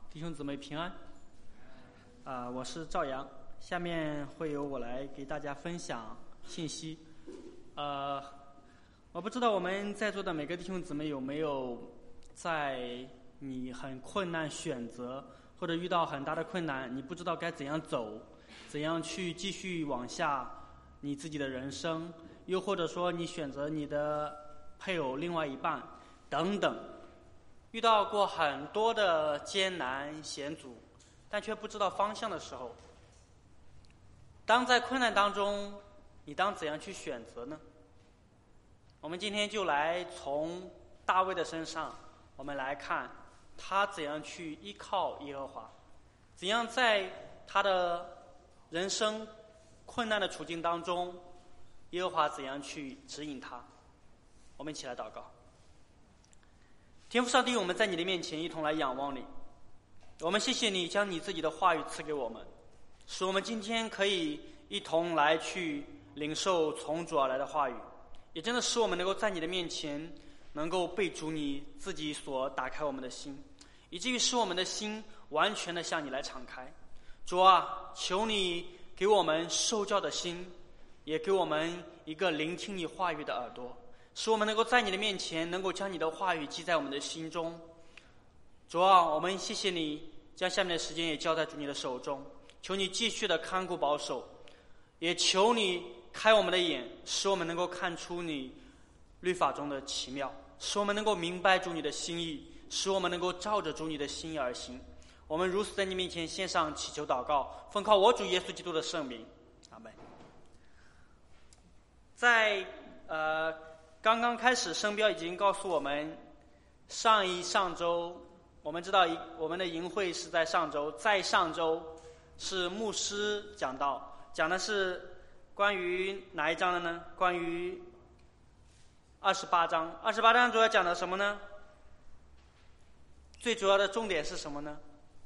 弟兄姊妹平安。我是赵阳，下面会由我来给大家分享信息。我不知道我们在座的每个弟兄姊妹有没有在你很困难选择，或者遇到很大的困难，你不知道该怎样走，怎样去继续往下你自己的人生，又或者说你选择你的配偶、另外一半等等，遇到过很多的艰难险阻，但却不知道方向的时候，当在困难当中，你当怎样去选择呢？我们今天就来从大卫的身上，我们来看他怎样去依靠耶和华，怎样在他的人生困难的处境当中，耶和华怎样去指引他。我们一起来祷告。天父上帝，我们在你的面前一同来仰望你，我们谢谢你将你自己的话语赐给我们，使我们今天可以一同来去领受从主而来的话语，也真的使我们能够在你的面前能够被主你自己所打开我们的心，以至于使我们的心完全的向你来敞开。主啊，求你给我们受教的心，也给我们一个聆听你话语的耳朵，使我们能够在你的面前能够将你的话语记在我们的心中。主啊，我们谢谢你将下面的时间也交在主你的手中，求你继续的看顾保守，也求你开我们的眼，使我们能够看出你律法中的奇妙，使我们能够明白主你的心意，使我们能够照着主你的心意而行。我们如此在你面前献上祈求祷告，奉靠我主耶稣基督的圣名，阿们。在刚刚开始，声标已经告诉我们，上周我们知道我们的营会是在上周，在上周是牧师讲道，讲的是关于哪一章的呢？关于28章。28章主要讲的什么呢？最主要的重点是什么呢？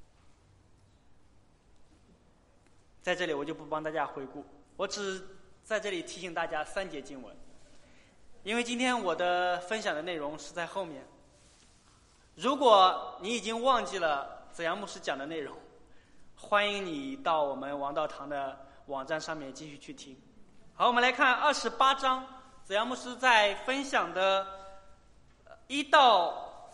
在这里我就不帮大家回顾，我只在这里提醒大家3节经文，因为今天我的分享的内容是在后面。如果你已经忘记了子阳牧师讲的内容，欢迎你到我们王道堂的网站上面继续去听。好，我们来看28章，子阳牧师在分享的1到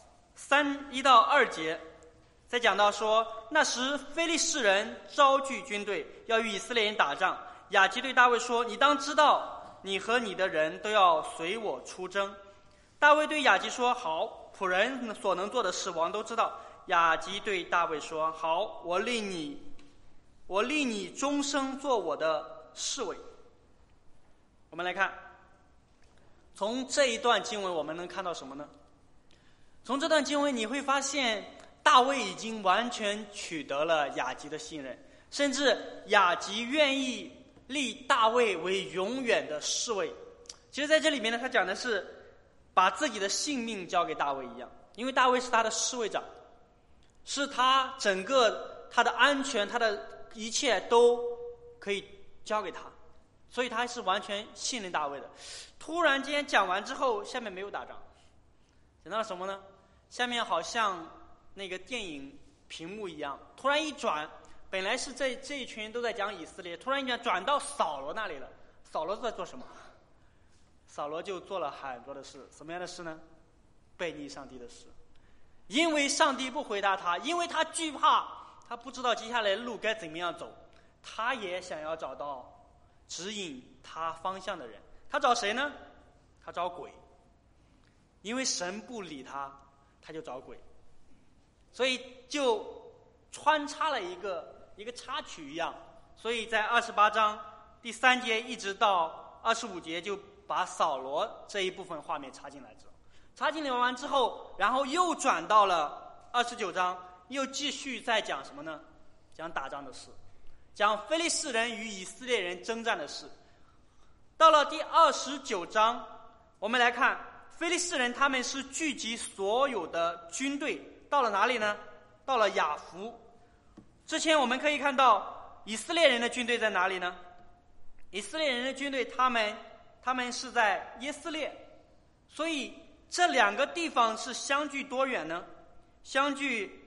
2节，在讲到说，那时非利士人招聚军队，要与以色列人打仗。亚基对大卫说，你当知道，你和你的人都要随我出征。大卫对亚基说，好，仆人所能做的事王都知道。亚基对大卫说，好，我立你终生做我的侍卫。我们来看，从这一段经文我们能看到什么呢？从这段经文你会发现，大卫已经完全取得了亚基的信任，甚至亚基愿意立大卫为永远的侍卫。其实在这里面呢，他讲的是把自己的性命交给大卫一样，因为大卫是他的侍卫长，是他整个他的安全，他的一切都可以交给他，所以他是完全信任大卫的。突然间讲完之后，下面没有打仗，讲到了什么呢？下面好像那个电影屏幕一样，突然一转，本来是这一群人都在讲以色列，突然一转到扫罗那里了。扫罗在做什么？扫罗就做了很多的事。什么样的事呢？背逆上帝的事。因为上帝不回答他，因为他惧怕，他不知道接下来的路该怎么样走，他也想要找到指引他方向的人。他找谁呢？他找鬼。因为神不理他，他就找鬼。所以就穿插了一个插曲一样，所以在28章第3节一直到25节就把扫罗这一部分画面插进来完之后，然后又转到了29章，又继续再讲什么呢？讲打仗的事，讲非利士人与以色列人征战的事。到了第29章，我们来看非利士人他们是聚集所有的军队，到了哪里呢？到了雅弗。之前我们可以看到以色列人的军队在哪里呢？以色列人的军队他们是在耶斯列，所以这2个地方是相距多远呢？相距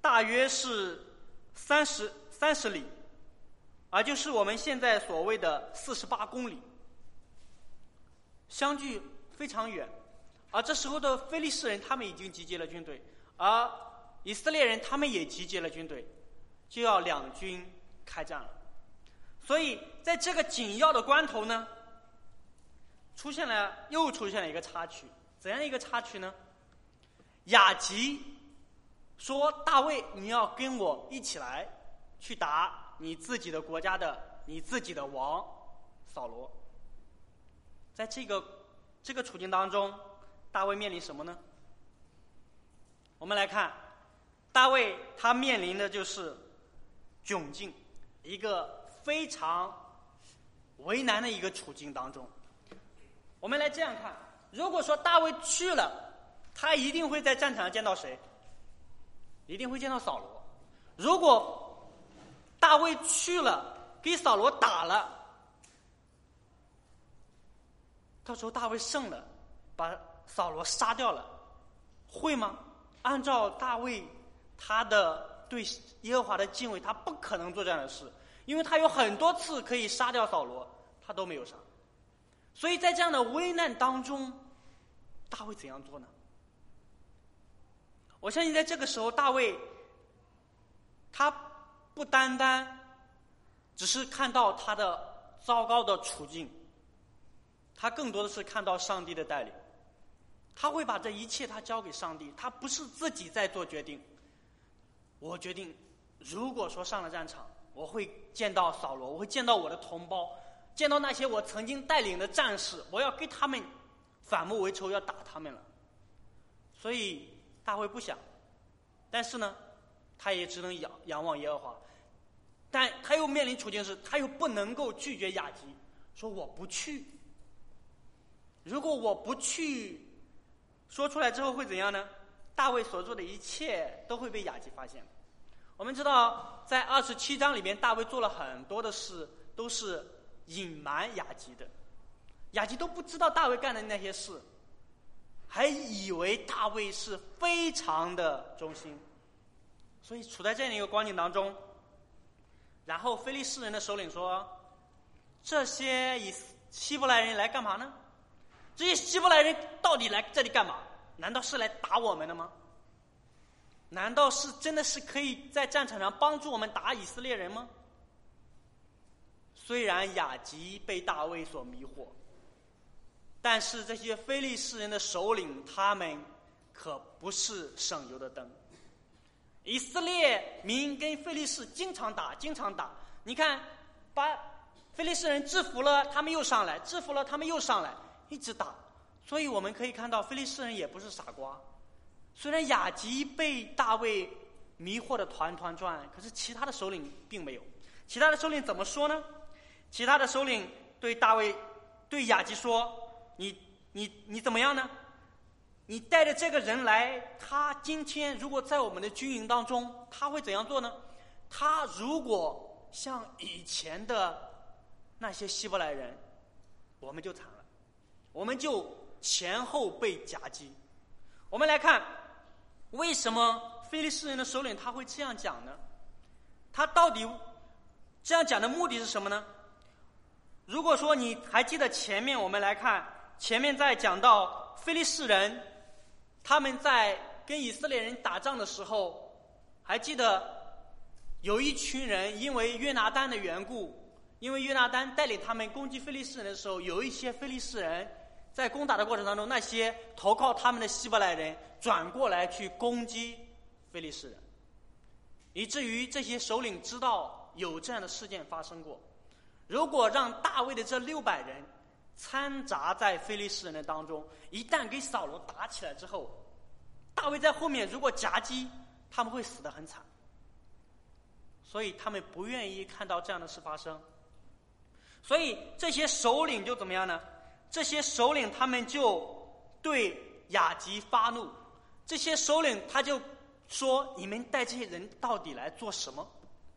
大约是30里，就是我们现在所谓的48公里，相距非常远。而这时候的非利士人他们已经集结了军队，而以色列人他们也集结了军队，就要两军开战了。所以在这个紧要的关头呢，又出现了一个插曲。怎样一个插曲呢？雅吉说：“大卫，你要跟我一起来去打你自己的国家的你自己的王扫罗。”在这个处境当中，大卫面临什么呢？我们来看，大卫他面临的就是窘境，一个非常为难的一个处境当中。我们来这样看，如果说大卫去了，他一定会在战场上见到谁？一定会见到扫罗。如果大卫去了，给扫罗打了，到时候大卫胜了，把扫罗杀掉了，会吗？按照大卫他的对耶和华的敬畏，他不可能做这样的事，因为他有很多次可以杀掉扫罗，他都没有杀。所以在这样的危难当中，大卫怎样做呢？我相信在这个时候，大卫他不单单只是看到他的糟糕的处境，他更多的是看到上帝的带领。他会把这一切他交给上帝，他不是自己在做决定。我决定，如果说上了战场，我会见到扫罗，我会见到我的同胞，见到那些我曾经带领的战士，我要跟他们反目为仇，要打他们了。所以大卫不想，但是呢，他也只能仰望耶和华。但他又面临处境是，他又不能够拒绝雅吉，说我不去。如果我不去，说出来之后会怎样呢？大卫所做的一切都会被雅吉发现。我们知道，在27章里面，大卫做了很多的事，都是隐瞒雅吉的。雅吉都不知道大卫干的那些事，还以为大卫是非常的忠心。所以处在这样一个光景当中，然后非利士人的首领说：“这些希伯来人来干嘛呢？这些希伯来人到底来这里干嘛？难道是来打我们的吗？难道是真的是可以在战场上帮助我们打以色列人吗？”虽然雅吉被大卫所迷惑，但是这些非利士人的首领，他们可不是省油的灯。以色列民跟非利士经常打。你看，把非利士人制服了，他们又上来；制服了，他们又上来，一直打。所以我们可以看到，非利士人也不是傻瓜。虽然雅吉被大卫迷惑的团团转，可是其他的首领并没有。其他的首领怎么说呢？其他的首领对雅吉说：“你怎么样呢？你带着这个人来，他今天如果在我们的军营当中，他会怎样做呢？他如果像以前的那些希伯来人，我们就惨了，我们就前后被夹击。”我们来看，为什么非利士人的首领他会这样讲呢？他到底这样讲的目的是什么呢？如果说你还记得前面，我们来看前面在讲到非利士人他们在跟以色列人打仗的时候，还记得有一群人因为约拿单的缘故，因为约拿单带领他们攻击非利士人的时候，有一些非利士人在攻打的过程当中，那些投靠他们的希伯来人转过来去攻击非利士人，以至于这些首领知道有这样的事件发生过。如果让大卫的这600人掺杂在非利士人的当中，一旦给扫罗打起来之后，大卫在后面如果夹击，他们会死得很惨。所以他们不愿意看到这样的事发生。所以这些首领就怎么样呢？这些首领他们就对雅吉发怒，这些首领他就说：“你们带这些人到底来做什么？”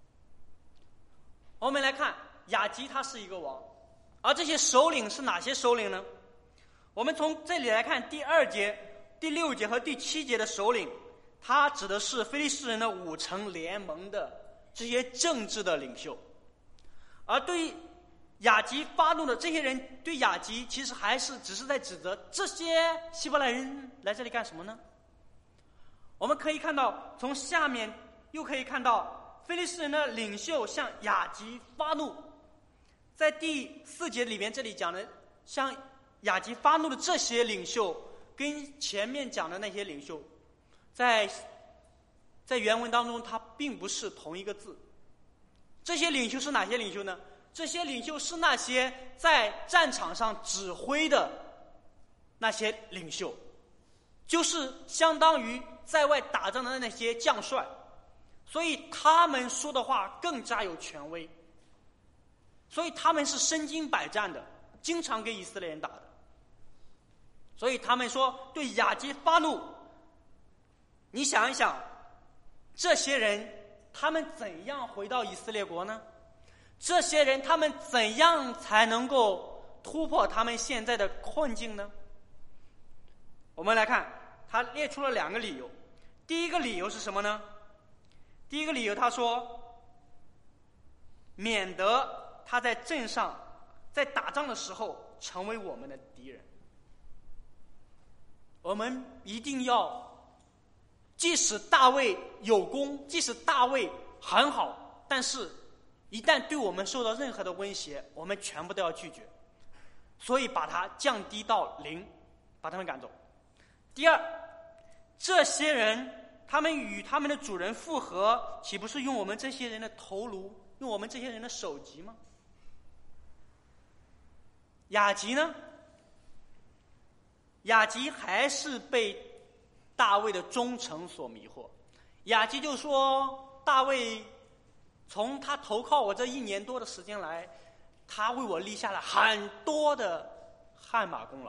我们来看，雅吉他是一个王，而这些首领是哪些首领呢？我们从这里来看第2节、第6节和第7节的首领， 它指的是非利士人的五城联盟的这些政治的领袖。而对雅吉发怒的这些人，对雅吉其实还是只是在指责这些希伯来人来这里干什么呢？我们可以看到，从下面又可以看到非利士人的领袖向雅吉发怒。在第4节里面，这里讲的向雅吉发怒的这些领袖，跟前面讲的那些领袖，在原文当中，它并不是同一个字。这些领袖是哪些领袖呢？这些领袖是那些在战场上指挥的那些领袖，就是相当于在外打仗的那些将帅，所以他们说的话更加有权威，所以他们是身经百战的，经常给以色列人打的。所以他们说对雅吉发怒。你想一想，这些人他们怎样回到以色列国呢？这些人他们怎样才能够突破他们现在的困境呢？我们来看，他列出了2个理由。第一个理由是什么呢？第一个理由他说，免得他在阵上在打仗的时候成为我们的敌人。我们一定要，即使大卫有功，即使大卫很好，但是一旦对我们受到任何的威胁，我们全部都要拒绝，所以把它降低到0，把他们赶走。第二，这些人他们与他们的主人复合，岂不是用我们这些人的头颅，用我们这些人的首级吗？雅吉呢？雅吉还是被大卫的忠诚所迷惑。雅吉就说，大卫从他投靠我这1年多的时间来，他为我立下了很多的汗马功劳。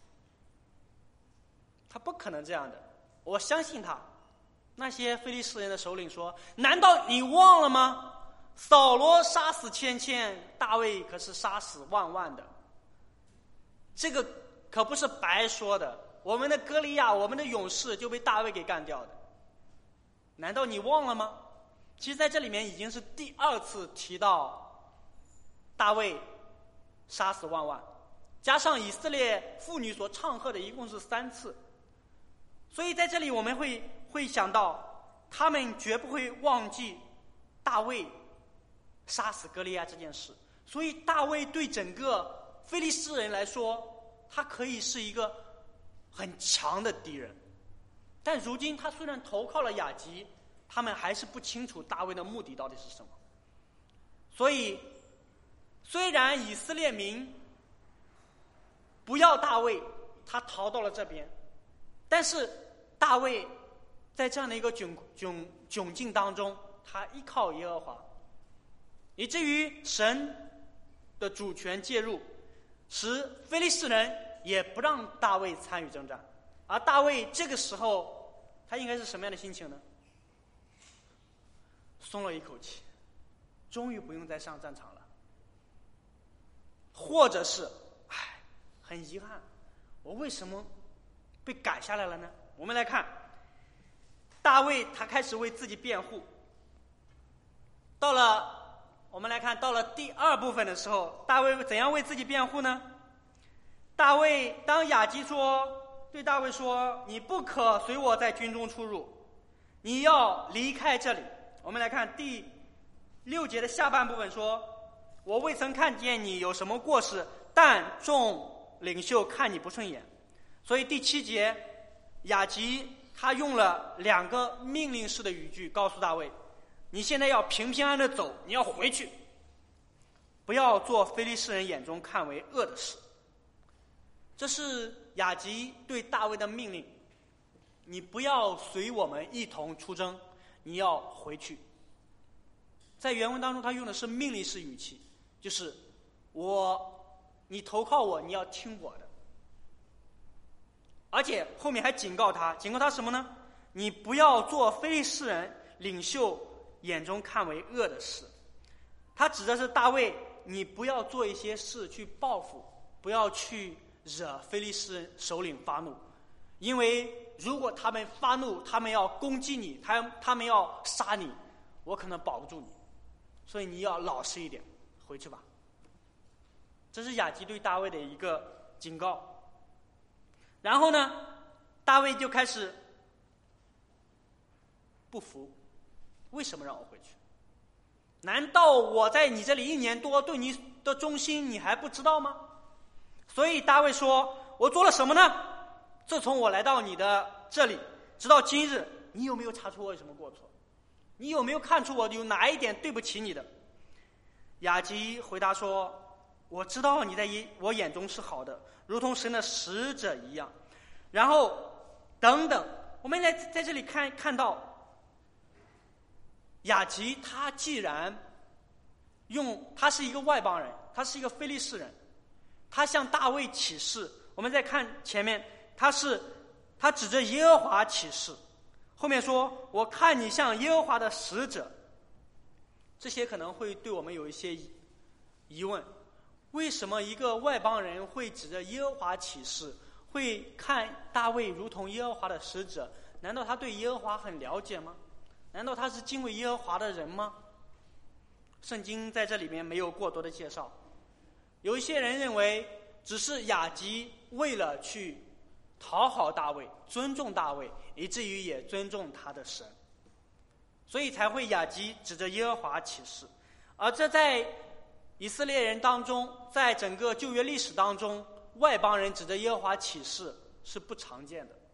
他不可能这样的，我相信他。那些非利士人的首领说，难道你忘了吗？扫罗杀死千千，大卫可是杀死万万的。这个可不是白说的，我们的歌利亚，我们的勇士就被大卫给干掉的。难道你忘了吗？其实在这里面已经是第2次提到大卫杀死万万，加上以色列妇女所唱和的一共是3次。所以在这里我们会想到，他们绝不会忘记大卫杀死歌利亚这件事。所以大卫对整个非利士人来说，他可以是一个很强的敌人。但如今他虽然投靠了雅吉，他们还是不清楚大卫的目的到底是什么。所以虽然以色列民不要大卫，他逃到了这边，但是大卫在这样的一个窘境当中，他依靠耶和华，以至于神的主权介入，使非利士人也不让大卫参与征战。而大卫这个时候他应该是什么样的心情呢？松了一口气，终于不用再上战场了。或者是很遗憾，我为什么被赶下来了呢？我们来看大卫，他开始为自己辩护。我们来看到了第2部分的时候，大卫怎样为自己辩护呢？大卫当雅基对大卫说，你不可随我在军中出入，你要离开这里。我们来看第6节的下半部分说，我未曾看见你有什么过失，但众领袖看你不顺眼。所以第7节雅吉他用了2个命令式的语句告诉大卫，你现在要平平安安的走，你要回去，不要做非利士人眼中看为恶的事。这是雅吉对大卫的命令，你不要随我们一同出征，你要回去。在原文当中他用的是命令式语气，就是你投靠我，你要听我的。而且后面还警告他什么呢？你不要做非利士人领袖眼中看为恶的事。他指的是大卫，你不要做一些事去报复，不要去惹非利士人首领发怒，因为如果他们发怒，他们要攻击你，他们要杀你，我可能保不住你，所以你要老实一点，回去吧。这是雅吉对大卫的一个警告。然后呢，大卫就开始不服，为什么让我回去？难道我在你这里1年多对你的忠心你还不知道吗？所以大卫说，我做了什么呢？自从我来到你的这里直到今日，你有没有查出我有什么过错？你有没有看出我有哪一点对不起你的？雅吉回答说，我知道你在我眼中是好的，如同神的使者一样。然后等等，我们在这里看到雅吉他既然他是一个外邦人，他是一个非利士人，他向大卫起誓。我们再看前面，他指着耶和华起誓，后面说，我看你像耶和华的使者。这些可能会对我们有一些疑问，为什么一个外邦人会指着耶和华起誓，会看大卫如同耶和华的使者？难道他对耶和华很了解吗？难道他是敬畏耶和华的人吗？圣经在这里面没有过多的介绍。有一些人认为只是雅吉为了去讨好大卫，尊重大卫，以至于也尊重他的神，所以才会雅吉指着耶和华起誓。而这在以色列人当中，在整个旧约历史当中，外邦人指着耶和华起誓是不常见的。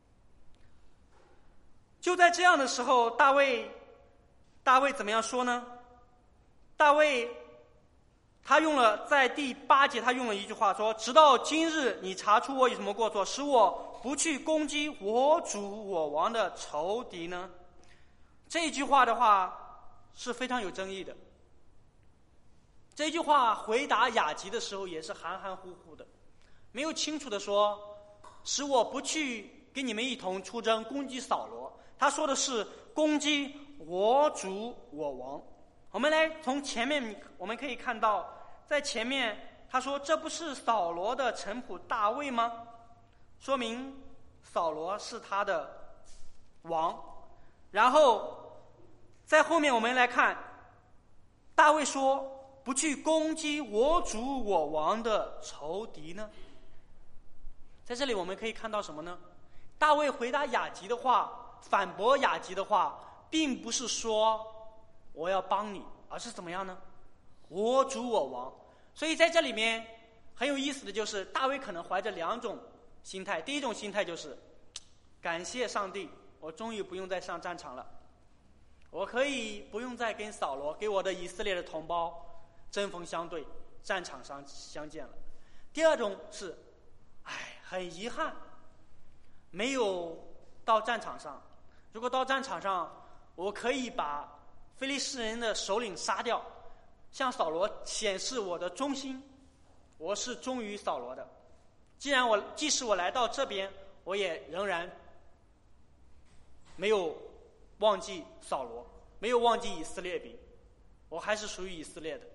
就在这样的时候，大卫怎么样说呢？大卫他在第8节他用了一句话说，直到今日你查出我有什么过错，使我不去攻击我主我王的仇敌呢？这句话的话是非常有争议的。这句话回答雅吉的时候也是含含糊糊的，没有清楚的说使我不去跟你们一同出征攻击扫罗，他说的是攻击我主我王。我们来从前面我们可以看到，在前面他说，这不是扫罗的臣仆大卫吗？说明扫罗是他的王。然后在后面我们来看，大卫说不去攻击我主我王的仇敌呢？在这里我们可以看到什么呢？大卫回答雅吉的话，反驳雅吉的话，并不是说我要帮你，而是怎么样呢？我主我王。所以在这里面很有意思的就是，大卫可能怀着2种心态。第一种心态就是感谢上帝，我终于不用再上战场了，我可以不用再跟扫罗给我的以色列的同胞针锋相对，战场上相见了。第二种是很遗憾没有到战场上，如果到战场上，我可以把非利士人的首领杀掉，向扫罗显示我的忠心，我是忠于扫罗的。即使我来到这边，我也仍然没有忘记扫罗，没有忘记以色列兵，我还是属于以色列的。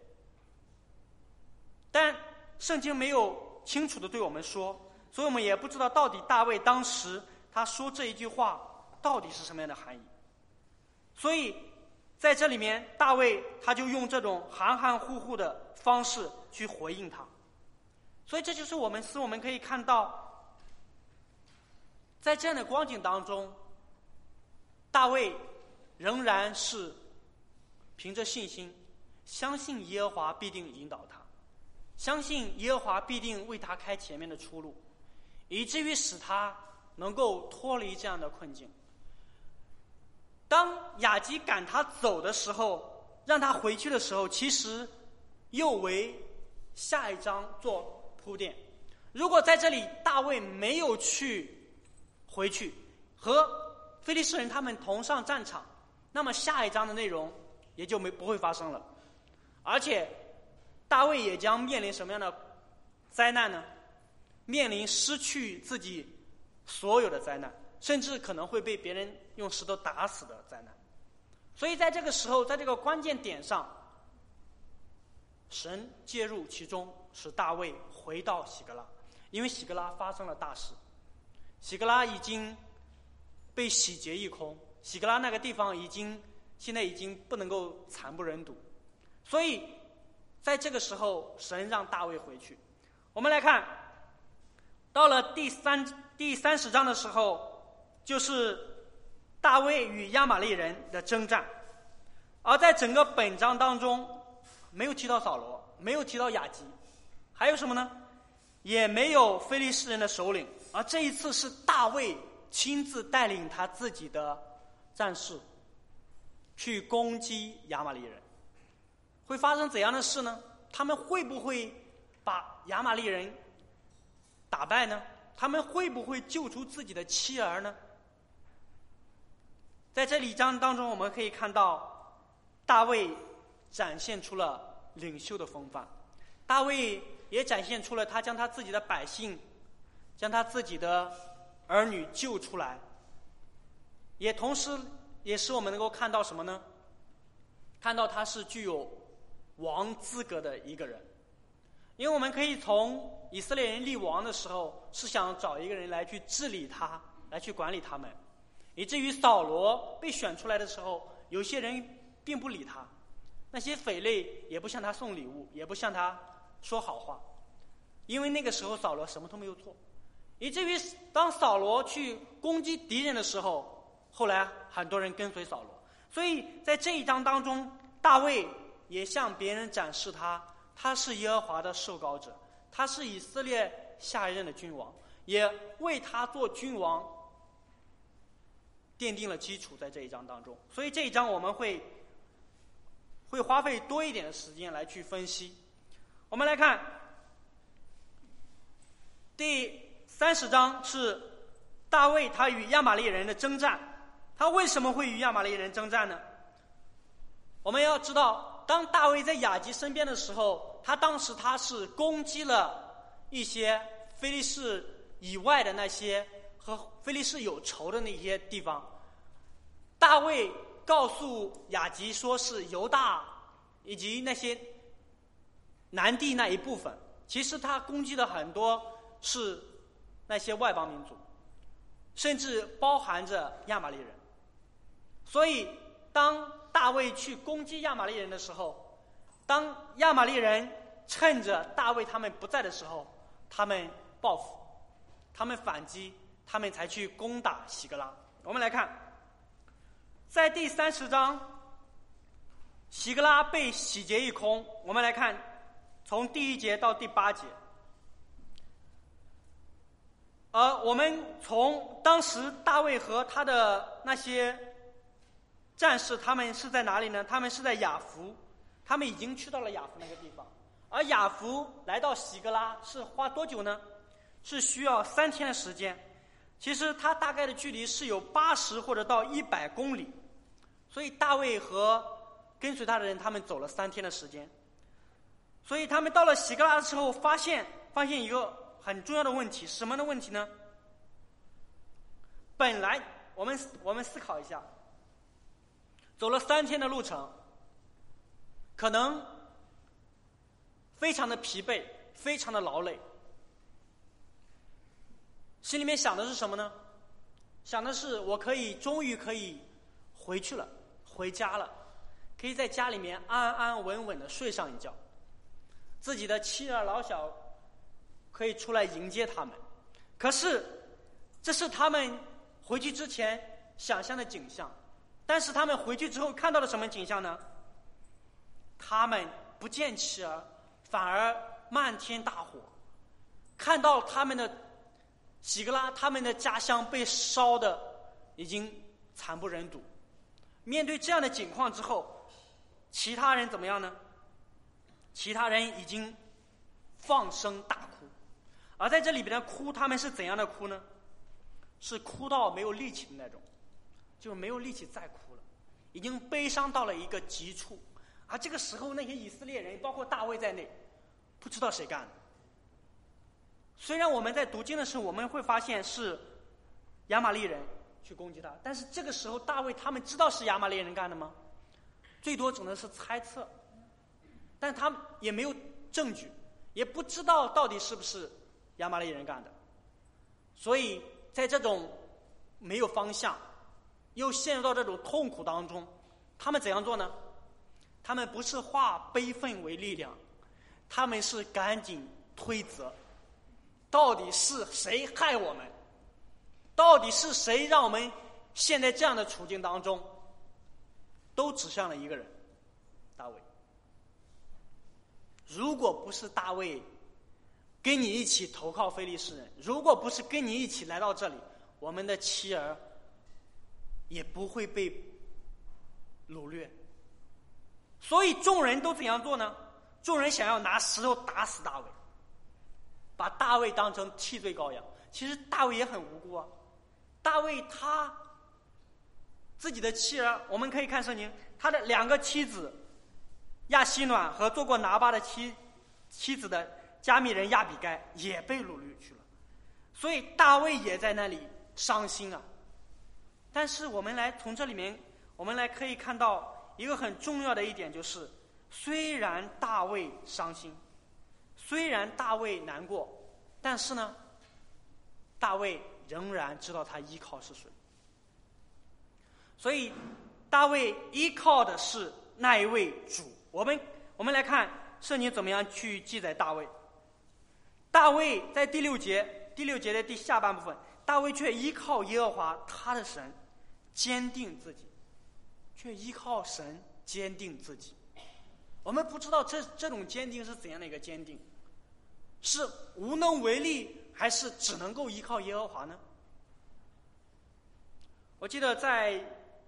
但圣经没有清楚的对我们说，所以我们也不知道到底大卫当时他说这一句话到底是什么样的含义。所以在这里面，大卫他就用这种含含糊糊的方式去回应他。所以这就是我们可以看到，在这样的光景当中，大卫仍然是凭着信心，相信耶和华必定引导他，相信耶和华必定为他开前面的出路，以至于使他能够脱离这样的困境。当雅吉赶他走的时候，让他回去的时候，其实又为下一章做铺垫。如果在这里大卫没有回去和非利士人他们同上战场，那么下一章的内容也就不会发生了。而且大卫也将面临什么样的灾难呢？面临失去自己所有的灾难，甚至可能会被别人用石头打死的灾难。所以在这个时候，在这个关键点上，神介入其中，使大卫回到喜格拉。因为喜格拉发生了大事，喜格拉已经被洗劫一空，喜格拉那个地方现在已经不能够惨不忍睹，所以在这个时候，神让大卫回去。我们来看，到了第30章的时候，就是大卫与亚玛力人的征战，而在整个本章当中，没有提到扫罗，没有提到亚吉，还有什么呢？也没有非利士人的首领，而这一次是大卫亲自带领他自己的战士去攻击亚玛力人。会发生怎样的事呢？他们会不会把亚玛力人打败呢？他们会不会救出自己的妻儿呢？在这里章当中，我们可以看到大卫展现出了领袖的风范，大卫也展现出了他将他自己的百姓，将他自己的儿女救出来，也同时也使我们能够看到什么呢？看到他是具有王资格的一个人。因为我们可以从以色列人立王的时候，是想找一个人来去治理他，来去管理他们，以至于扫罗被选出来的时候，有些人并不理他，那些匪类也不向他送礼物，也不向他说好话，因为那个时候扫罗什么都没有做，以至于当扫罗去攻击敌人的时候，后来很多人跟随扫罗。所以在这一章当中，大卫也向别人展示他是耶和华的受膏者，他是以色列下一任的君王，也为他做君王奠定了基础。在这一章当中，所以这一章我们会花费多一点的时间来去分析。我们来看第30章，是大卫他与亚玛力人的征战。他为什么会与亚玛力人征战呢？我们要知道，当大卫在亚吉身边的时候，当时他是攻击了一些非利士以外的那些和非利士有仇的那些地方。大卫告诉亚吉说是犹大以及那些南地那一部分，其实他攻击的很多是那些外邦民族，甚至包含着亚玛力人。所以当大卫去攻击亚玛力人的时候，当亚玛力人趁着大卫他们不在的时候，他们报复，他们反击，他们才去攻打喜格拉。我们来看，在第30章，喜格拉被洗劫一空。我们来看从第1节到第8节。我们从当时大卫和他的那些战士，他们是在哪里呢？他们是在雅弗，他们已经去到了雅弗那个地方。而雅弗来到喜格拉是花多久呢？是需要3天的时间。其实它大概的距离是有80或者到100公里，所以大卫和跟随他的人，他们走了3天的时间。所以他们到了喜格拉的时候，发现一个很重要的问题。什么的问题呢？本来我们思考一下，走了3天的路程，可能非常的疲惫，非常的劳累，心里面想的是什么呢？想的是我终于可以回去了，回家了，可以在家里面安安稳稳的睡上一觉，自己的妻儿老小可以出来迎接他们。可是这是他们回去之前想象的景象，但是他们回去之后看到了什么景象呢？他们不见妻儿，反而漫天大火，看到他们的喜格拉，他们的家乡被烧的已经惨不忍睹。面对这样的情况之后，其他人怎么样呢？其他人已经放声大哭。而在这里边的哭，他们是怎样的哭呢？是哭到没有力气的那种，就是没有力气再哭了，已经悲伤到了一个极处。而这个时候，那些以色列人，包括大卫在内，不知道谁干的。虽然我们在读经的时候，我们会发现是亚玛力人去攻击他，但是这个时候大卫他们知道是亚玛力人干的吗？最多只能是猜测，但他们也没有证据，也不知道到底是不是亚玛力人干的。所以在这种没有方向，又陷入到这种痛苦当中，他们怎样做呢？他们不是化悲愤为力量，他们是赶紧推责，到底是谁害我们？到底是谁让我们陷在这样的处境当中？都指向了一个人，大卫。如果不是大卫跟你一起投靠非利士人，如果不是跟你一起来到这里，我们的妻儿也不会被掳掠。所以众人都怎样做呢？众人想要拿石头打死大卫，把大卫当成替罪羔羊。其实大卫也很无辜啊，大卫他自己的妻儿，我们可以看圣经，他的2个妻子亚希暖和做过拿巴的妻子的加密人亚比该也被掳掠去了，所以大卫也在那里伤心啊。但是我们来从这里面，我们来可以看到一个很重要的一点，就是虽然大卫伤心，虽然大卫难过，但是呢，大卫仍然知道他依靠是谁。所以大卫依靠的是那一位主。我们来看圣经怎么样去记载大卫。大卫在第六节的下半部分，大卫却依靠耶和华他的神坚定自己，却依靠神坚定自己。我们不知道这种坚定是怎样的一个坚定，是无能为力，还是只能够依靠耶和华呢？我记得在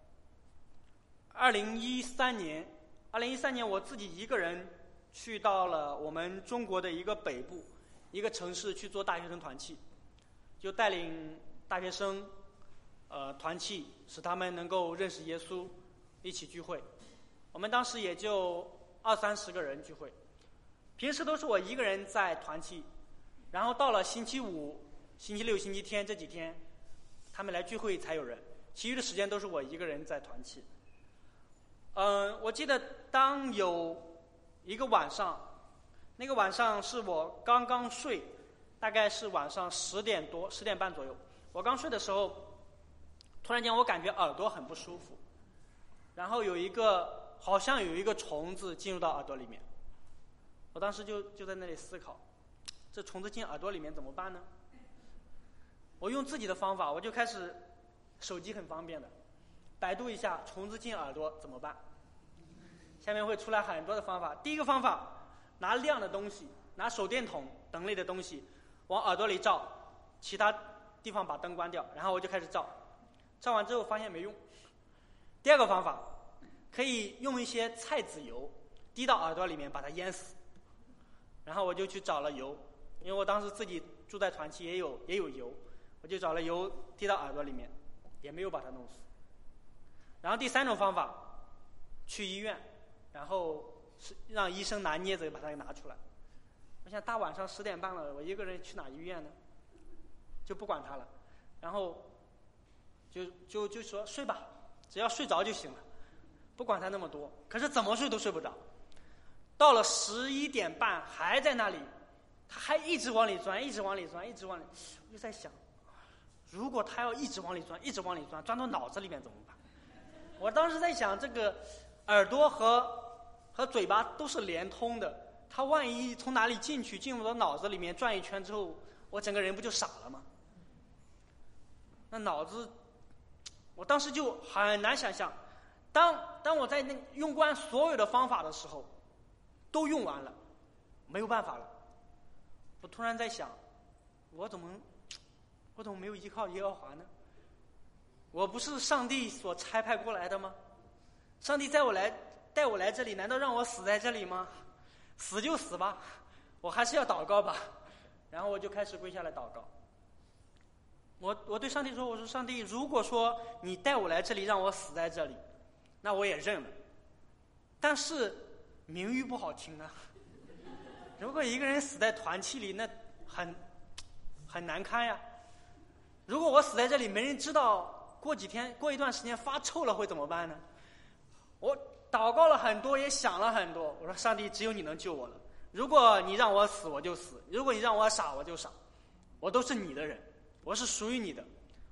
2013年我自己一个人去到了我们中国的一个北部一个城市去做大学生团契，就带领大学生团契，使他们能够认识耶稣，一起聚会。我们当时也就20-30个人聚会，平时都是我一个人在团契，然后到了星期五、星期六、星期天这几天他们来聚会才有人，其余的时间都是我一个人在团契。我记得当有一个晚上，那个晚上是我刚刚睡，大概是晚上10点多、10点半左右。我刚睡的时候，突然间我感觉耳朵很不舒服，然后好像有一个虫子进入到耳朵里面。我当时就在那里思考，这虫子进耳朵里面怎么办呢？我用自己的方法，我就开始，手机很方便的，百度一下虫子进耳朵怎么办。下面会出来很多的方法。第一个方法，拿亮的东西，拿手电筒等类的东西往耳朵里照，其他地方把灯关掉，然后我就开始照，照完之后发现没用。第二个方法，可以用一些菜籽油滴到耳朵里面把它淹死，然后我就去找了油，因为我当时自己住在团契也有油，我就找了油滴到耳朵里面，也没有把它弄死。然后第三种方法，去医院，然后让医生拿镊子把它给拿出来。我想大晚上10点半了，我一个人去哪医院呢？就不管他了，然后就说睡吧，只要睡着就行了，不管他那么多。可是怎么睡都睡不着，到了11点半还在那里，他还一直往里钻，一直往里钻。我就在想，如果他要一直往里钻，钻到脑子里面怎么办？我当时在想，这个耳朵和嘴巴都是连通的，他万一从哪里进入到脑子里面转一圈之后，我整个人不就傻了吗？那脑子，我当时就很难想象，当我在用惯所有的方法的时候，都用完了，没有办法了。我突然在想，我怎么没有依靠耶和华呢？我不是上帝所差派过来的吗？上帝带我来这里，难道让我死在这里吗？死就死吧，我还是要祷告吧。然后我就开始跪下来祷告。我对上帝说，我说上帝，如果说你带我来这里让我死在这里，那我也认了。但是名誉不好听啊，如果一个人死在团契里，那很难堪呀。如果我死在这里没人知道，过一段时间发臭了会怎么办呢？我祷告了很多，也想了很多，我说上帝，只有你能救我了。如果你让我死我就死，如果你让我傻我就傻，我都是你的人，我是属于你的，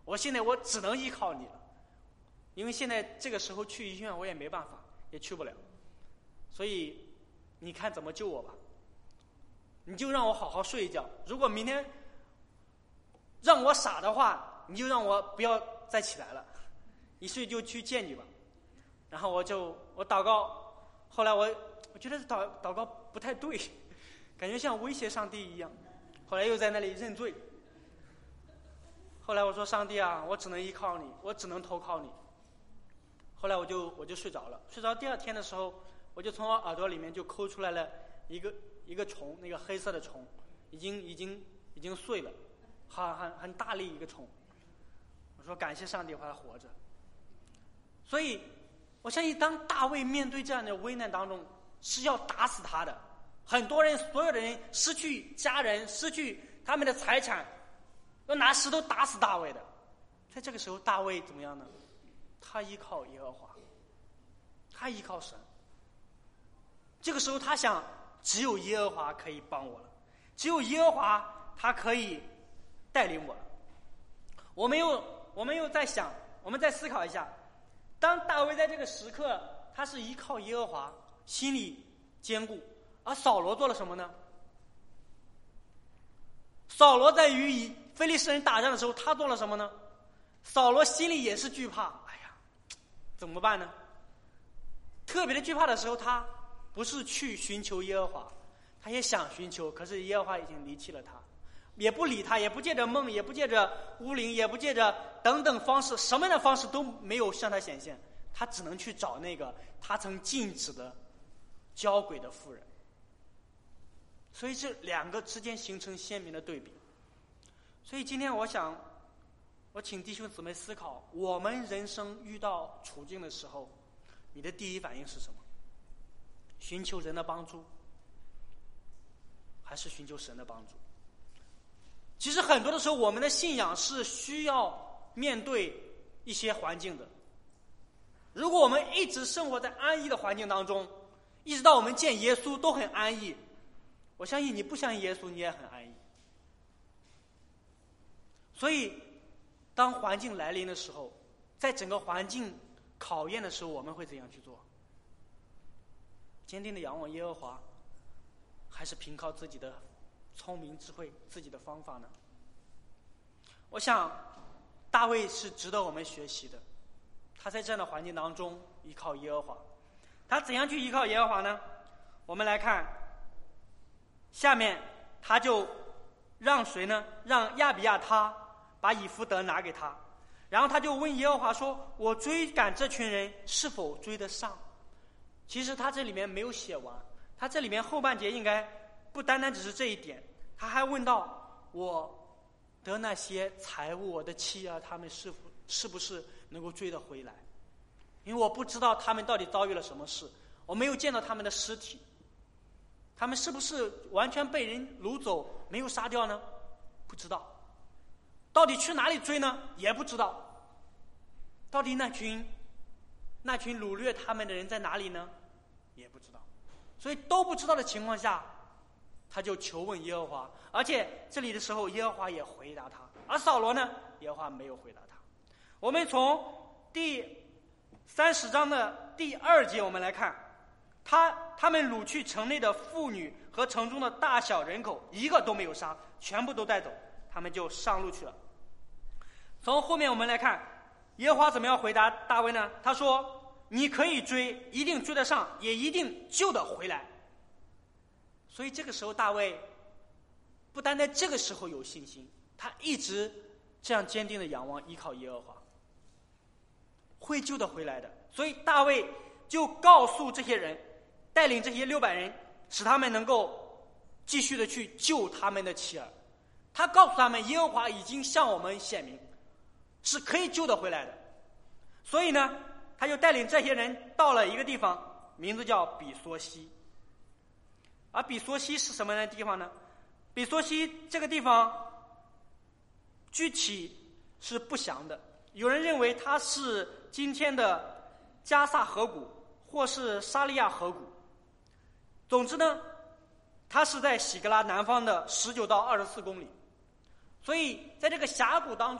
现在我只能依靠你了，因为现在这个时候去医院我也没办法，也去不了，所以你看怎么救我吧，你就让我好好睡一觉，如果明天让我傻的话，你就让我不要再起来了，一睡就去见你吧。然后我祷告，后来我觉得祷告不太对，感觉像威胁上帝一样，后来又在那里认罪。后来我说上帝啊，我只能依靠你，我只能投靠你。后来我就睡着了，睡着第二天的时候，我就从我耳朵里面就抠出来了一个虫，那个黑色的虫，已经碎了，很大力一个虫。我说感谢上帝，我还活着。所以我相信当大卫面对这样的危难当中，是要打死他的。很多人，所有的人失去家人，失去他们的财产，要拿石头打死大卫的。在这个时候，大卫怎么样呢？他依靠耶和华，他依靠神。这个时候他想，只有耶和华可以帮我了，只有耶和华他可以带领我了。我们又在想，我们再思考一下，当大卫在这个时刻，他是依靠耶和华，心里坚固，而扫罗做了什么呢？扫罗在与非利士人打仗的时候，他做了什么呢？扫罗心里也是惧怕，哎呀，怎么办呢？特别的惧怕的时候，他不是去寻求耶和华，他也想寻求，可是耶和华已经离弃了他，也不理他，也不借着梦，也不借着巫灵，也不借着等等方式，什么样的方式都没有向他显现，他只能去找那个他曾禁止的交鬼的妇人。所以这两个之间形成鲜明的对比。所以今天我请弟兄姊妹思考，我们人生遇到处境的时候，你的第一反应是什么？寻求人的帮助，还是寻求神的帮助？其实很多的时候，我们的信仰是需要面对一些环境的。如果我们一直生活在安逸的环境当中，一直到我们见耶稣都很安逸，我相信你不相信耶稣，你也很安逸。所以当环境来临的时候，在整个环境考验的时候，我们会怎样去做？坚定的仰望耶和华，还是凭靠自己的聪明智慧，自己的方法呢？我想大卫是值得我们学习的，他在这样的环境当中依靠耶和华。他怎样去依靠耶和华呢？我们来看下面，他就让谁呢？让亚比亚他把以弗得拿给他，然后他就问耶和华说，我追赶这群人是否追得上？其实他这里面没有写完，他这里面后半节应该不单单只是这一点，他还问到，我得那些财物，我的妻儿他们是不是能够追得回来？因为我不知道他们到底遭遇了什么事，我没有见到他们的尸体，他们是不是完全被人掳走，没有杀掉呢？不知道。到底去哪里追呢？也不知道。到底那群掳掠他们的人在哪里呢？也不知道。所以都不知道的情况下，他就求问耶和华，而且这里的时候耶和华也回答他，而扫罗呢，耶和华没有回答他。我们从第30章的第2节我们来看，他们掳去城内的妇女和城中的大小人口，一个都没有杀，全部都带走，他们就上路去了。从后面我们来看，耶和华怎么样回答大卫呢？他说，你可以追，一定追得上，也一定救得回来。所以这个时候大卫不单在这个时候有信心，他一直这样坚定的仰望依靠耶和华，会救得回来的。所以大卫就告诉这些人，带领这些600人，使他们能够继续的去救他们的妻儿。他告诉他们，耶和华已经向我们显明是可以救得回来的。所以呢，他就带领这些人到了一个地方，名字叫比索西。而比索西是什么样的地方呢？比索西这个地方具体是不详的，有人认为它是今天的加萨河谷，或是沙利亚河谷。总之呢，它是在喜格拉南方的19到24公里。所以在这个峡谷当中，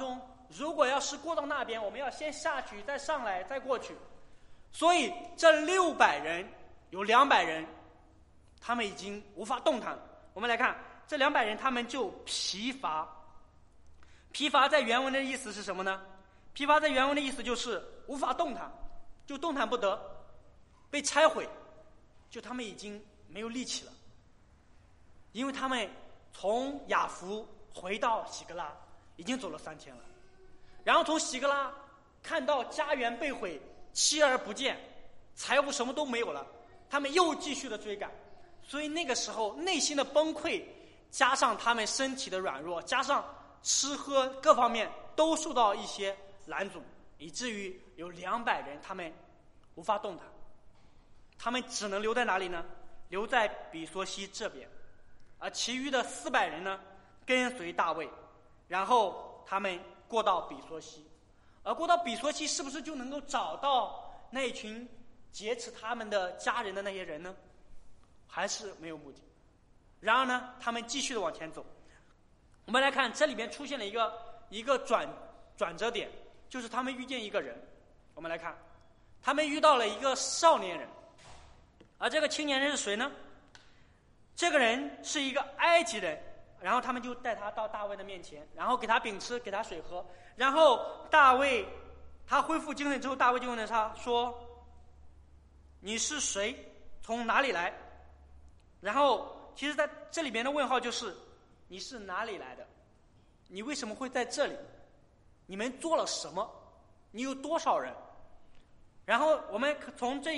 如果要是过到那边，我们要先下去，再上来，再过去。所以这600人有200人，他们已经无法动弹。我们来看这200人，他们就疲乏。疲乏在原文的意思是什么呢？疲乏在原文的意思就是无法动弹，就动弹不得，被拆毁，就他们已经没有力气了。因为他们从雅弗回到喜格拉已经走了3天了，然后从喜格拉看到家园被毁，妻儿不见，财物什么都没有了，他们又继续的追赶。所以那个时候内心的崩溃，加上他们身体的软弱，加上吃喝各方面都受到一些拦阻，以至于有200人他们无法动弹，他们只能留在哪里呢？留在比索西这边，而其余的400人呢跟随大卫，然后他们过到比索西。而过到比索西是不是就能够找到那一群劫持他们的家人的那些人呢？还是没有目的。然而呢，他们继续的往前走。我们来看这里面出现了一个转折点，就是他们遇见一个人。我们来看，他们遇到了一个少年人，而这个青年人是谁呢？这个人是一个埃及人，然后他们就带他到大卫的面前，然后给他饼吃，给他水喝。然后大卫他恢复精神之后，大卫就问了他说：“你是谁？从哪里来？”然后其实在这里边的问号就是你是哪里来的？你为什么会在这里？你们做了什么？你有多少人？然后我们从这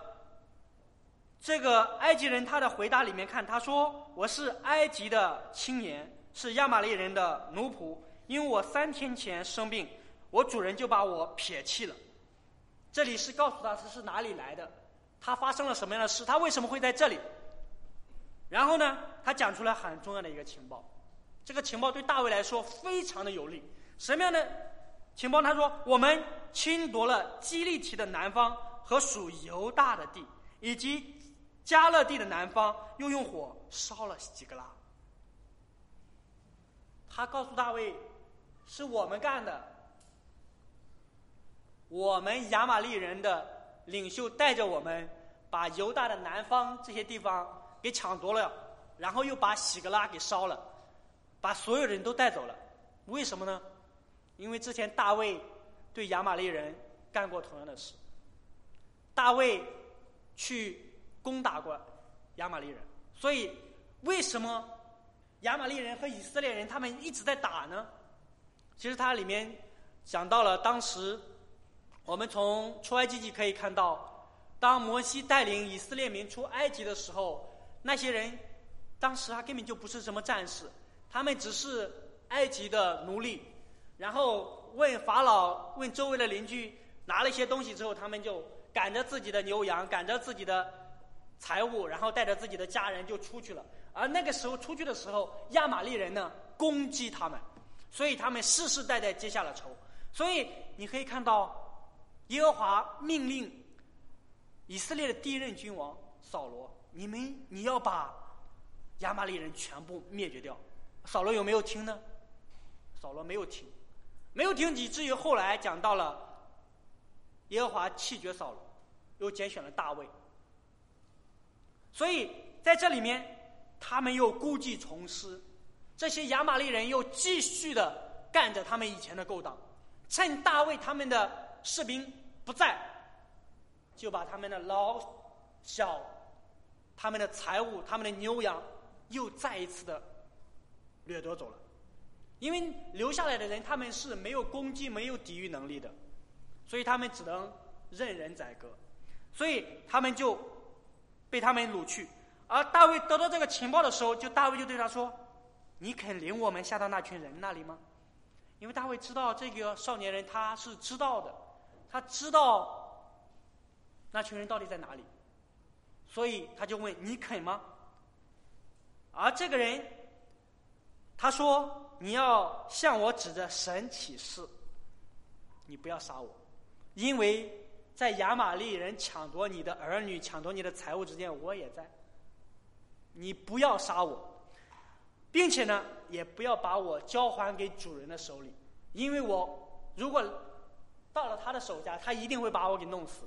个埃及人他的回答里面看，他说：“我是埃及的青年，是亚玛力人的奴仆，因为我3天前生病，我主人就把我撇弃了。”这里是告诉他是哪里来的，他发生了什么样的事，他为什么会在这里。然后呢，他讲出来很重要的一个情报，这个情报对大卫来说非常的有利。什么样的情报？他说：“我们侵夺了基利提的南方和属犹大的地，以及加勒地的南方，又用火烧了喜格拉。”他告诉大卫，是我们干的，我们亚玛力人的领袖带着我们把犹大的南方这些地方给抢夺了，然后又把喜格拉给烧了，把所有人都带走了。为什么呢？因为之前大卫对亚玛力人干过同样的事，大卫去攻打过亚玛力人，所以为什么亚玛力人和以色列人他们一直在打呢？其实它里面讲到了当时我们从出埃及记可以看到，当摩西带领以色列民出埃及的时候，那些人当时他根本就不是什么战士，他们只是埃及的奴隶，然后问法老，问周围的邻居，拿了一些东西之后，他们就赶着自己的牛羊，赶着自己的财物，然后带着自己的家人就出去了。而那个时候出去的时候，亚玛力人呢攻击他们，所以他们世世代代结下了仇。所以你可以看到耶和华命令以色列的第一任君王扫罗，你要把亚玛力人全部灭绝掉。扫罗有没有听呢？扫罗没有听，以至于后来讲到了耶和华弃绝扫罗，又拣选了大卫。所以在这里面他们又故技重施，这些亚玛力人又继续的干着他们以前的勾当，趁大卫他们的士兵不在，就把他们的老小、他们的财物、他们的牛羊又再一次的掠夺走了。因为留下来的人他们是没有攻击、没有抵御能力的，所以他们只能任人宰割，所以他们就被他们掳去。而大卫得到这个情报的时候，大卫就对他说：“你肯领我们下到那群人那里吗？”因为大卫知道这个少年人他是知道的，他知道那群人到底在哪里，所以他就问：“你肯吗？”而这个人他说：“你要向我指着神起誓，你不要杀我，因为在亚玛力人抢夺你的儿女、抢夺你的财物之间，我也在。你不要杀我，并且呢，也不要把我交还给主人的手里， 因为我如果到了他的手下，他一定会把我给弄死。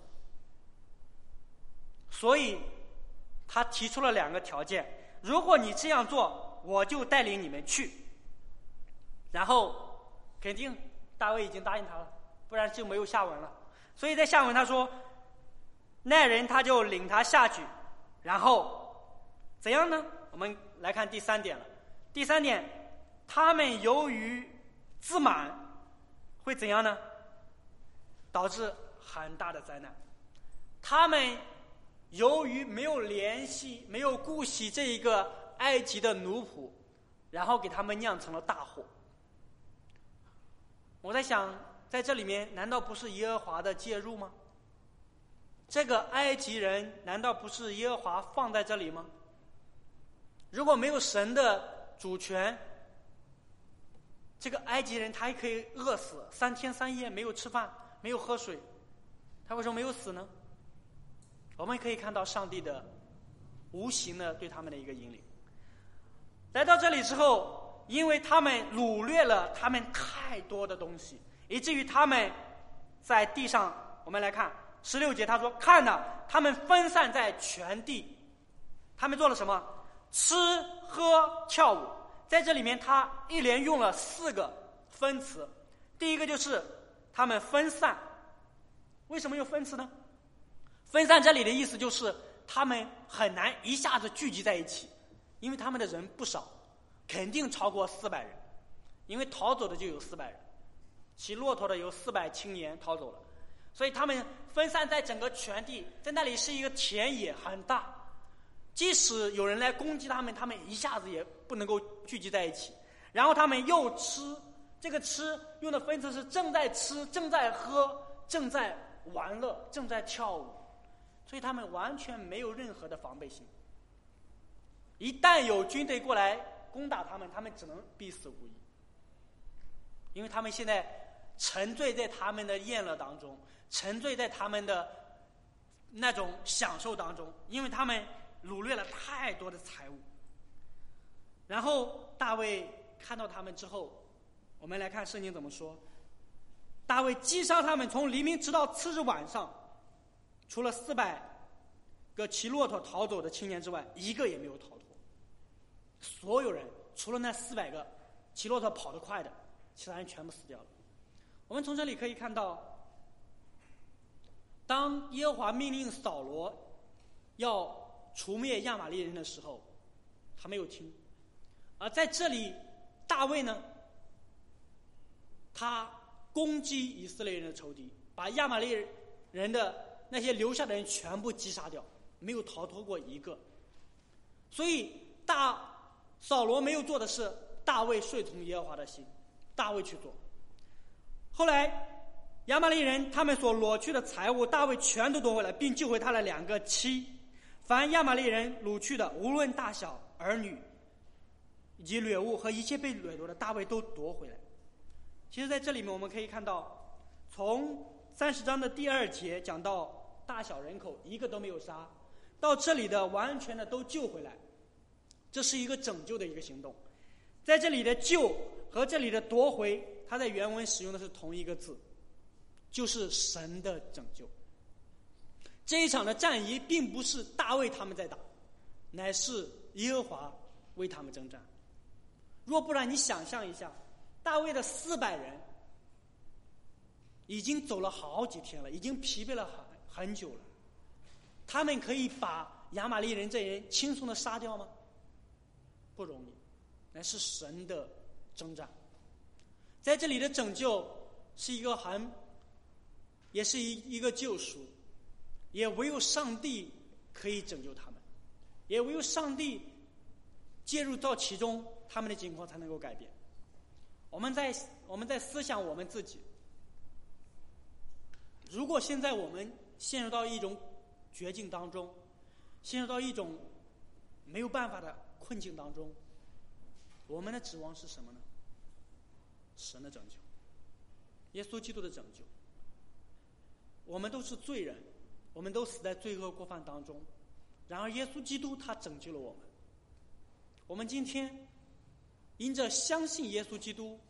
所以他提出了2个条件，如果你这样做，我就带领你们去。然后肯定大卫已经答应他了，不然就没有下文了。所以在下文他说，那人他就领他下去，然后怎样呢？我们来看第3点了。第3点，他们由于自满会怎样呢？导致很大的灾难。他们由于没有联系，没有顾惜这一个埃及的奴仆，然后给他们酿成了大祸。我在想，在这里面难道不是耶和华的介入吗？这个埃及人难道不是耶和华放在这里吗？如果没有神的主权，这个埃及人他还可以饿死，3天3夜没有吃饭，没有喝水，他为什么没有死呢？我们可以看到上帝的无形的对他们的一个引领。来到这里之后，因为他们掳掠了他们太多的东西，以至于他们在地上，我们来看16节，他说，看哪，他们分散在全地。他们做了什么？吃喝跳舞。在这里面他一连用了4个分词。第一个就是他们分散。为什么用分词呢？分散这里的意思就是他们很难一下子聚集在一起，因为他们的人不少，肯定超过400人，因为逃走的就有400人，骑骆驼的有400青年逃走了，所以他们分散在整个全地，在那里是一个田野很大，即使有人来攻击他们，他们一下子也不能够聚集在一起。然后他们又吃，这个吃用的分词是正在吃、正在喝、正在玩乐、正在跳舞，所以他们完全没有任何的防备心。一旦有军队过来攻打他们，他们只能必死无疑，因为他们现在沉醉在他们的宴乐当中，沉醉在他们的那种享受当中，因为他们掳掠了太多的财物。然后大卫看到他们之后，我们来看圣经怎么说。大卫击杀他们，从黎明直到次日晚上，除了400个骑骆驼逃走的青年之外，一个也没有逃脱。所有人除了那400个骑骆驼跑得快的，其他人全部死掉了。我们从这里可以看到，当耶和华命令扫罗要除灭亚玛力人的时候，他没有听。而在这里大卫呢，他攻击以色列人的仇敌，把亚玛力人的那些留下的人全部击杀掉，没有逃脱过一个。所以扫罗没有做的是大卫顺从耶和华的心，大卫去做。后来亚玛力人他们所掳去的财物，大卫全都夺回来，并救回他的2个妻。凡亚玛力人掳去的，无论大小儿女以及掠物和一切被掠夺的，大卫都夺回来。其实在这里面我们可以看到，从30章的第2节讲到大小人口一个都没有杀，到这里的完全的都救回来，这是一个拯救的一个行动。在这里的救和这里的夺回，它在原文使用的是同一个字，就是神的拯救。这一场的战役并不是大卫他们在打，乃是耶和华为他们征战。若不然，你想象一下，大卫的400人已经走了好几天了，已经疲惫了很久了，他们可以把亚玛力人这人轻松的杀掉吗？不容易，乃是神的征战。在这里的拯救是一个也是一个救赎，也唯有上帝可以拯救他们，也唯有上帝介入到其中，他们的境况才能够改变。我们在思想我们自己，如果现在我们陷入到一种绝境当中，陷入到一种没有办法的困境当中，我们的指望是什么呢？神的拯救，耶稣基督的拯救。我们都是罪人，我们都死在罪恶过犯当中，然而耶稣基督他拯救了我们。我们今天因着相信耶稣基督，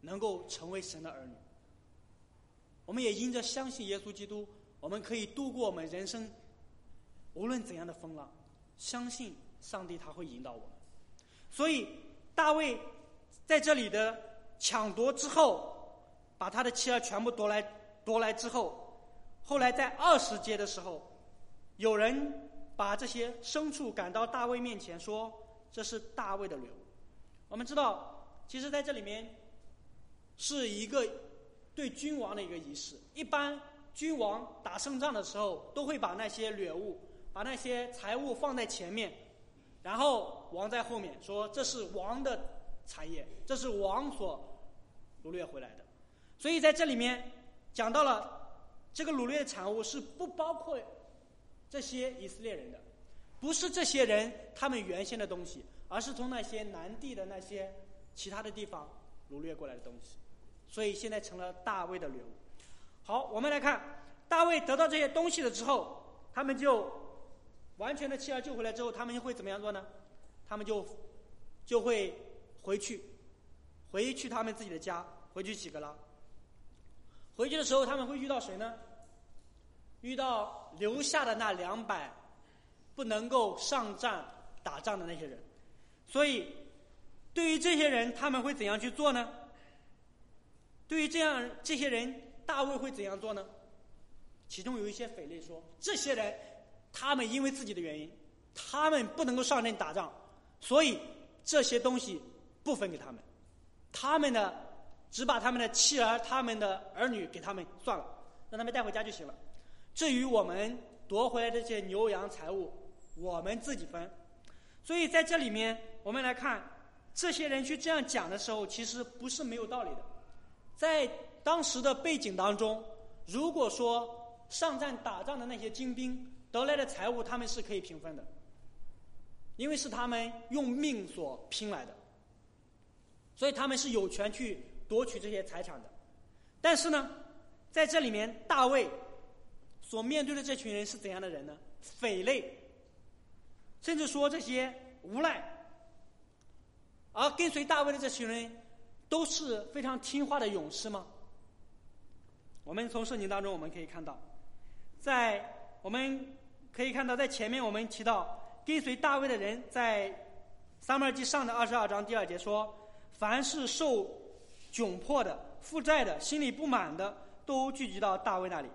能够成为神的儿女。我们也因着相信耶稣基督，我们可以度过我们人生无论怎样的风浪，相信上帝他会引导我们。所以大卫在这里的抢夺之后，把他的妻儿全部夺来之后，后来在20节的时候，有人把这些牲畜赶到大卫面前，说这是大卫的掠物。我们知道其实在这里面是一个对君王的一个仪式，一般君王打胜仗的时候都会把那些掠物，把那些财物放在前面，然后王在后面，说这是王的产业，这是王所掳掠回来的。所以在这里面讲到了这个掳掠的产物是不包括这些以色列人的，不是这些人他们原先的东西，而是从那些南地的那些其他的地方掳掠过来的东西，所以现在成了大卫的掠物。好，我们来看大卫得到这些东西了之后，他们就完全的妻儿救回来之后，他们会怎么样做呢？他们就会回去他们自己的家，回去洗革拉。回去的时候他们会遇到谁呢？遇到留下的那200不能够上战打仗的那些人。所以对于这些人他们会怎样去做呢？对于这些人大卫会怎样做呢？其中有一些匪类说，这些人他们因为自己的原因，他们不能够上阵打仗，所以这些东西不分给他们，他们呢只把他们的妻儿他们的儿女给他们算了，让他们带回家就行了，至于我们夺回来的这些牛羊财物我们自己分。所以在这里面我们来看，这些人去这样讲的时候其实不是没有道理的。在当时的背景当中，如果说上战打仗的那些精兵得来的财物他们是可以平分的，因为是他们用命所拼来的，所以他们是有权去夺取这些财产的。但是呢在这里面大卫所面对的这群人是怎样的人呢？匪类，甚至说这些无赖。而跟随大卫的这群人都是非常听话的勇士吗？我们从圣经当中我们可以看到，在前面我们提到跟随大卫的人，在撒母耳记上的22章第2节说，凡是受窘迫的、负债的、心里不满的，都聚集到大卫那里，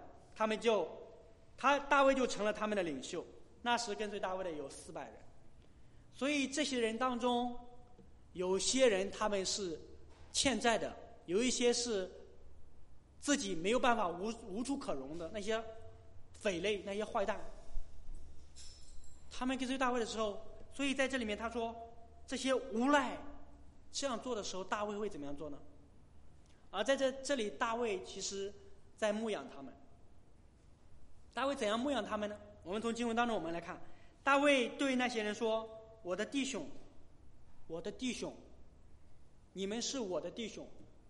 大卫就成了他们的领袖。那时跟随大卫的有400人。所以这些人当中，有些人他们是欠债的，有一些是自己没有办法无处可容的那些匪类，那些坏蛋，他们跟随大卫的时候，所以在这里面他说这些无赖这样做的时候，大卫会怎么样做呢？而在这里大卫其实在牧养他们。大卫怎样牧养他们呢？我们从经文当中我们来看，大卫对那些人说，我的弟兄，你们是我的弟兄，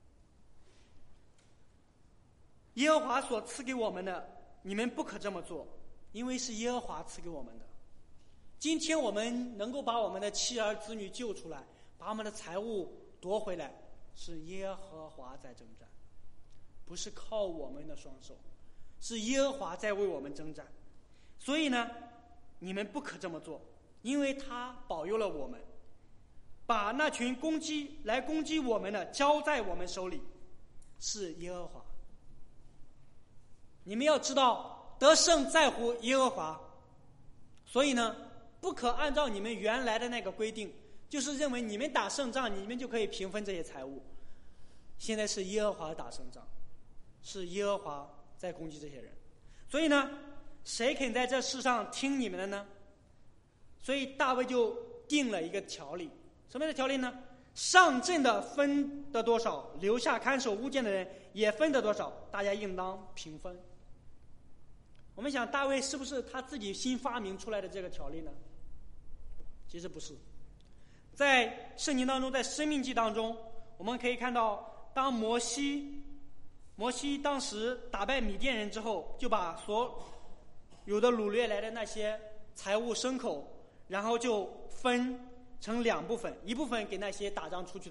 耶和华所赐给我们的，你们不可这么做，因为是耶和华赐给我们的。今天我们能够把我们的妻儿子女救出来，把我们的财物夺回来，是耶和华在征战，不是靠我们的双手，是耶和华在为我们征战。所以呢你们不可这么做，因为他保佑了我们，把那群攻击我们的交在我们手里，是耶和华。你们要知道得胜在乎耶和华，所以呢不可按照你们原来的那个规定，就是认为你们打胜仗你们就可以平分这些财物。现在是耶和华打胜仗，是耶和华在攻击这些人。所以呢谁肯在这世上听你们的呢？所以大卫就定了一个条例。什么样的条例呢？上阵的分得多少，留下看守物件的人也分得多少，大家应当平分。我们想大卫是不是他自己新发明出来的这个条例呢？其实不是。在圣经当中，在申命记当中，我们可以看到，当摩西当时打败米甸人之后，就把所有的掳掠来的那些财物牲口，然后就分成2部分，一部分给那些打仗出去的人，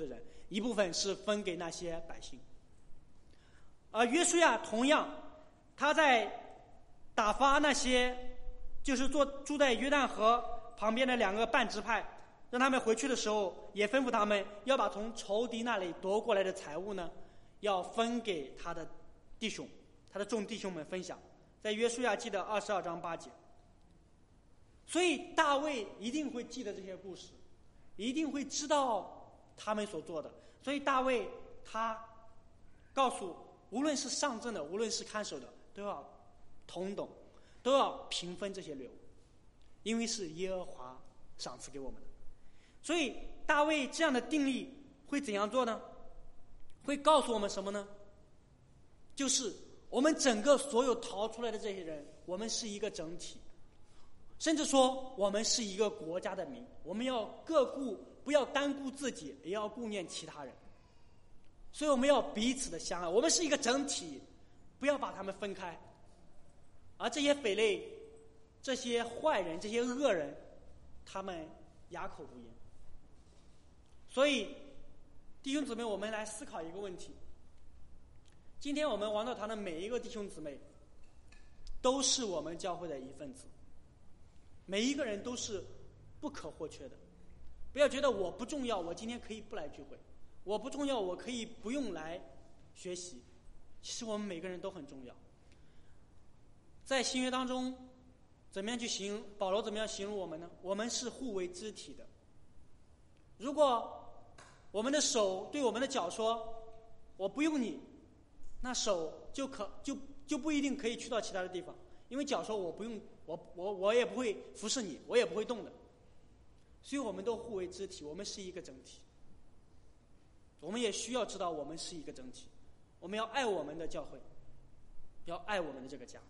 一部分是分给那些百姓。而约书亚同样，他在打发那些就是住在约旦河旁边的2个半支派，让他们回去的时候，也吩咐他们要把从仇敌那里夺过来的财物呢，要分给他的弟兄，他的众弟兄们分享，在约书亚记的22章8节。所以大卫一定会记得这些故事，一定会知道他们所做的。所以大卫他告诉无论是上阵的，无论是看守的，都要同等，都要平分这些掠物，因为是耶和华赏赐给我们的。所以大卫这样的定例会怎样做呢？会告诉我们什么呢？就是我们整个所有逃出来的这些人，我们是一个整体，甚至说我们是一个国家的民，我们要不要单顾自己，也要顾念其他人。所以我们要彼此的相爱，我们是一个整体，不要把他们分开。而这些匪类、这些坏人、这些恶人，他们哑口无言。所以弟兄姊妹，我们来思考一个问题：今天我们王道堂的每一个弟兄姊妹都是我们教会的一份子，每一个人都是不可或缺的。不要觉得我不重要，我今天可以不来聚会，我不重要，我可以不用来学习。其实我们每个人都很重要。在新约当中，怎么样去形容保罗怎么样形容我们呢？我们是互为肢体的。如果我们的手对我们的脚说我不用你，那手就不一定可以去到其他的地方，因为脚说我不用，我也不会服侍你，我也不会动的。所以我们都互为肢体，我们是一个整体。我们也需要知道我们是一个整体，我们要爱我们的教会，要爱我们的这个家。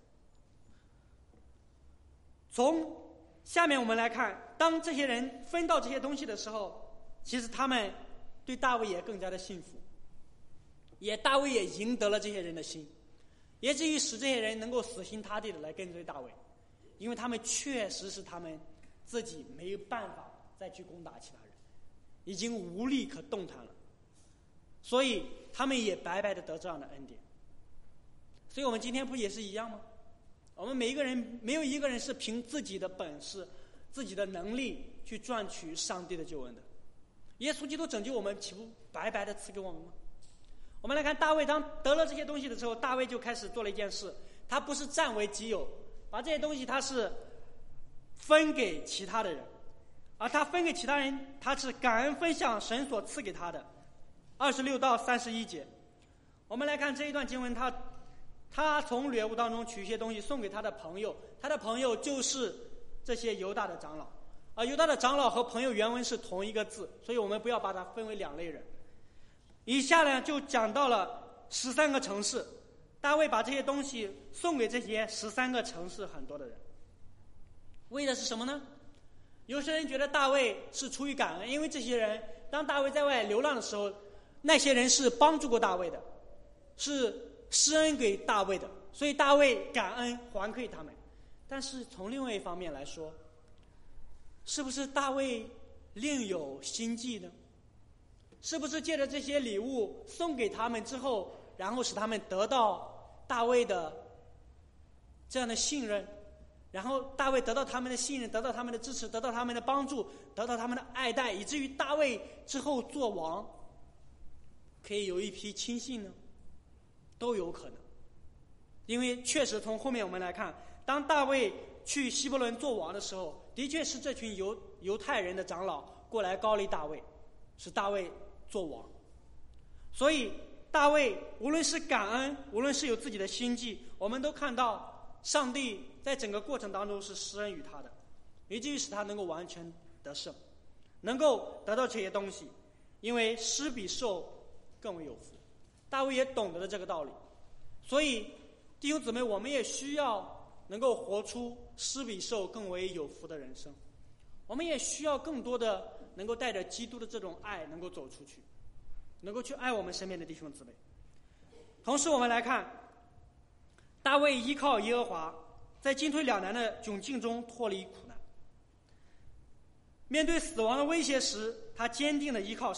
从下面我们来看，当这些人分到这些东西的时候，其实他们对大卫也更加的信服，大卫也赢得了这些人的心，也至于使这些人能够死心塌地的来跟随大卫，因为他们确实是他们自己没有办法再去攻打其他人，已经无力可动弹了，所以他们也白白的得这样的恩典。所以我们今天不也是一样吗？我们每一个人没有一个人是凭自己的本事、自己的能力去赚取上帝的救恩的。耶稣基督拯救我们，岂不白白的赐给我们吗？我们来看大卫，当得了这些东西的时候，大卫就开始做了一件事，他不是占为己有，把这些东西他是分给其他的人，而他分给其他人，他是感恩分享神所赐给他的。26到31节，我们来看这一段经文，他从掠物当中取一些东西送给他的朋友，他的朋友就是这些犹大的长老，而犹大的长老和朋友原文是同一个字，所以我们不要把它分为2类人。以下呢就讲到了13个城市，大卫把这些东西送给这些13个城市很多的人，为的是什么呢？有些人觉得大卫是出于感恩，因为这些人当大卫在外流浪的时候，那些人是帮助过大卫的，是施恩给大卫的，所以大卫感恩还给他们。但是从另外一方面来说，是不是大卫另有心计呢？是不是借着这些礼物送给他们之后，然后使他们得到大卫的这样的信任，然后大卫得到他们的信任，得到他们的支持，得到他们的帮助，得到他们的爱戴，以至于大卫之后做王可以有一批亲信呢？都有可能。因为确实从后面我们来看，当大卫去希伯伦做王的时候，的确是这群犹太人的长老过来高丽大卫，使大卫做王。所以大卫无论是感恩，无论是有自己的心计，我们都看到上帝在整个过程当中是施恩于他的，以至于使他能够完全得胜，能够得到这些东西。因为施比受更为有福，大卫也懂得了这个道理。所以弟兄姊妹，我们也需要能够活出施比受更为有福的人生，我们也需要更多的能够带着基督的这种爱能够走出去，能够去爱我们身边的弟兄姊妹。同时我们来看大卫依靠耶和华，在进退两难的窘境中脱离苦难，面对死亡的威胁时，他坚定地依靠神，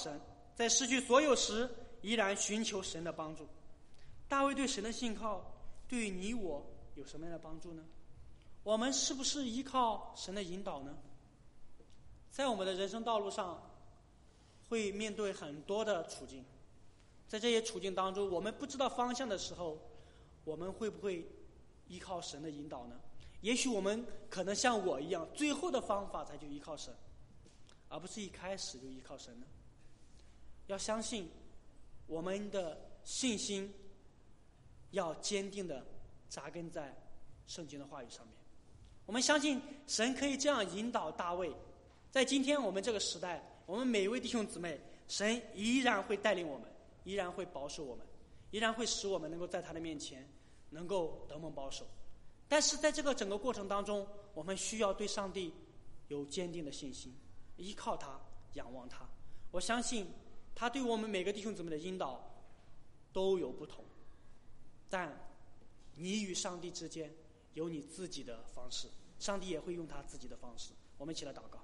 在失去所有时依然寻求神的帮助。大卫对神的信靠对于你我有什么样的帮助呢？我们是不是依靠神的引导呢？在我们的人生道路上会面对很多的处境，在这些处境当中，我们不知道方向的时候，我们会不会依靠神的引导呢？也许我们可能像我一样，最后的方法才去依靠神，而不是一开始就依靠神呢？要相信我们的信心要坚定地扎根在圣经的话语上面。我们相信神可以这样引导大卫，在今天我们这个时代，我们每一位弟兄姊妹，神依然会带领我们，依然会保守我们，依然会使我们能够在他的面前能够得蒙保守。但是在这个整个过程当中，我们需要对上帝有坚定的信心，依靠他，仰望他。我相信他对我们每个弟兄姊妹的引导都有不同，但你与上帝之间有你自己的方式，上帝也会用他自己的方式。我们一起来祷告。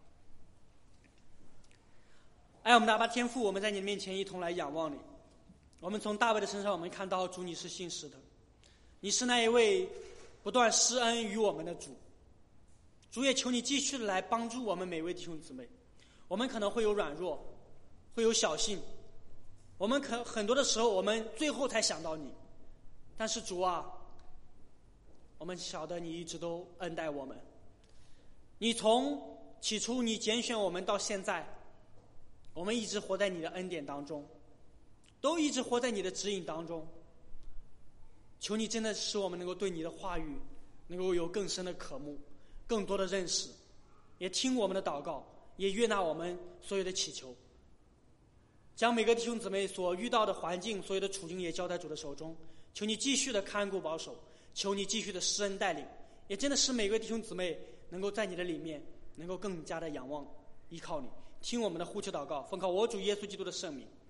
爱我们的阿爸天父，我们在你的面前一同来仰望你。我们从大卫的身上，我们看到主你是信实的，你是那一位不断施恩于我们的主。主也求你继续的来帮助我们每位弟兄姊妹。我们可能会有软弱，会有小信，我们很多的时候我们最后才想到你，但是主啊，我们晓得你一直都恩待我们。你从起初你拣选我们到现在，我们一直活在你的恩典当中，都一直活在你的指引当中。求你真的使我们能够对你的话语能够有更深的渴慕，更多的认识，也听我们的祷告，也悦纳我们所有的祈求。将每个弟兄姊妹所遇到的环境，所有的处境也交在主的手中。求你继续的看顾保守，求你继续的施恩带领，也真的使每个弟兄姊妹能够在你的里面能够更加的仰望依靠你。听我们的呼求祷告，奉靠我主耶稣基督的圣名，